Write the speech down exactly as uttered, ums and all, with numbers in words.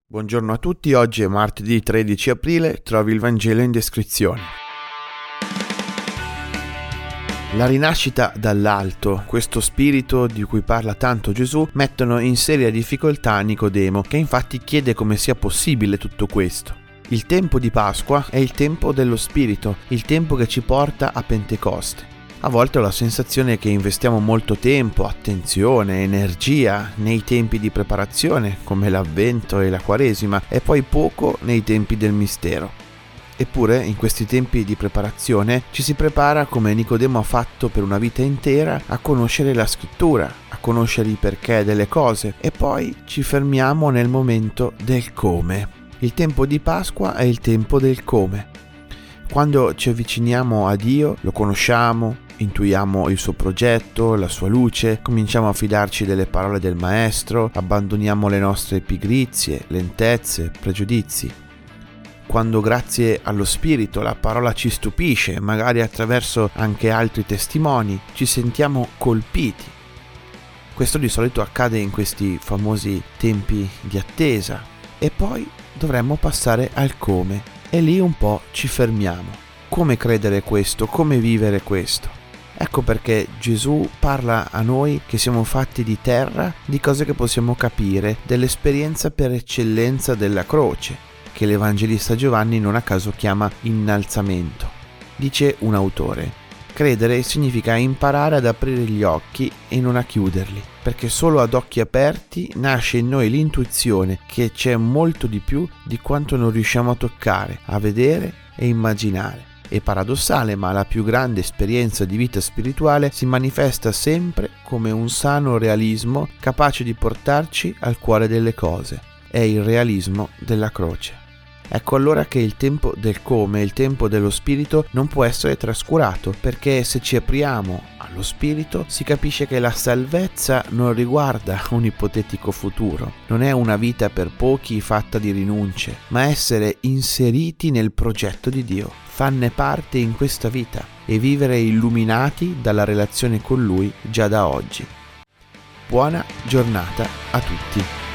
Buongiorno a tutti, oggi è martedì tredici aprile, trovi il Vangelo in descrizione. La rinascita dall'alto, questo spirito di cui parla tanto Gesù, mettono in seria difficoltà Nicodemo, che infatti chiede come sia possibile tutto questo. Il tempo di Pasqua è il tempo dello Spirito, il tempo che ci porta a Pentecoste. A volte ho la sensazione che investiamo molto tempo, attenzione, energia nei tempi di preparazione, come l'Avvento e la Quaresima, e poi poco nei tempi del mistero. Eppure, in questi tempi di preparazione, ci si prepara, come Nicodemo ha fatto per una vita intera, a conoscere la Scrittura, a conoscere i perché delle cose, e poi ci fermiamo nel momento del come. Il tempo di Pasqua è il tempo del come. Quando ci avviciniamo a Dio, lo conosciamo, intuiamo il suo progetto, la sua luce, cominciamo a fidarci delle parole del Maestro, abbandoniamo le nostre pigrizie, lentezze, pregiudizi. Quando grazie allo Spirito la parola ci stupisce, magari attraverso anche altri testimoni, ci sentiamo colpiti. Questo di solito accade in questi famosi tempi di attesa e poi dovremmo passare al come e lì un po' ci fermiamo. Come credere questo? Come vivere questo? Ecco perché Gesù parla a noi che siamo fatti di terra, di cose che possiamo capire, dell'esperienza per eccellenza della croce, che l'Evangelista Giovanni non a caso chiama innalzamento. Dice un autore: credere significa imparare ad aprire gli occhi e non a chiuderli, perché solo ad occhi aperti nasce in noi l'intuizione che c'è molto di più di quanto non riusciamo a toccare, a vedere e immaginare. È paradossale, ma la più grande esperienza di vita spirituale si manifesta sempre come un sano realismo capace di portarci al cuore delle cose. È il realismo della croce. Ecco allora che il tempo del come, il tempo dello Spirito non può essere trascurato, perché se ci apriamo allo Spirito si capisce che la salvezza non riguarda un ipotetico futuro, non è una vita per pochi fatta di rinunce, ma essere inseriti nel progetto di Dio, farne parte in questa vita e vivere illuminati dalla relazione con Lui già da oggi. Buona giornata a tutti.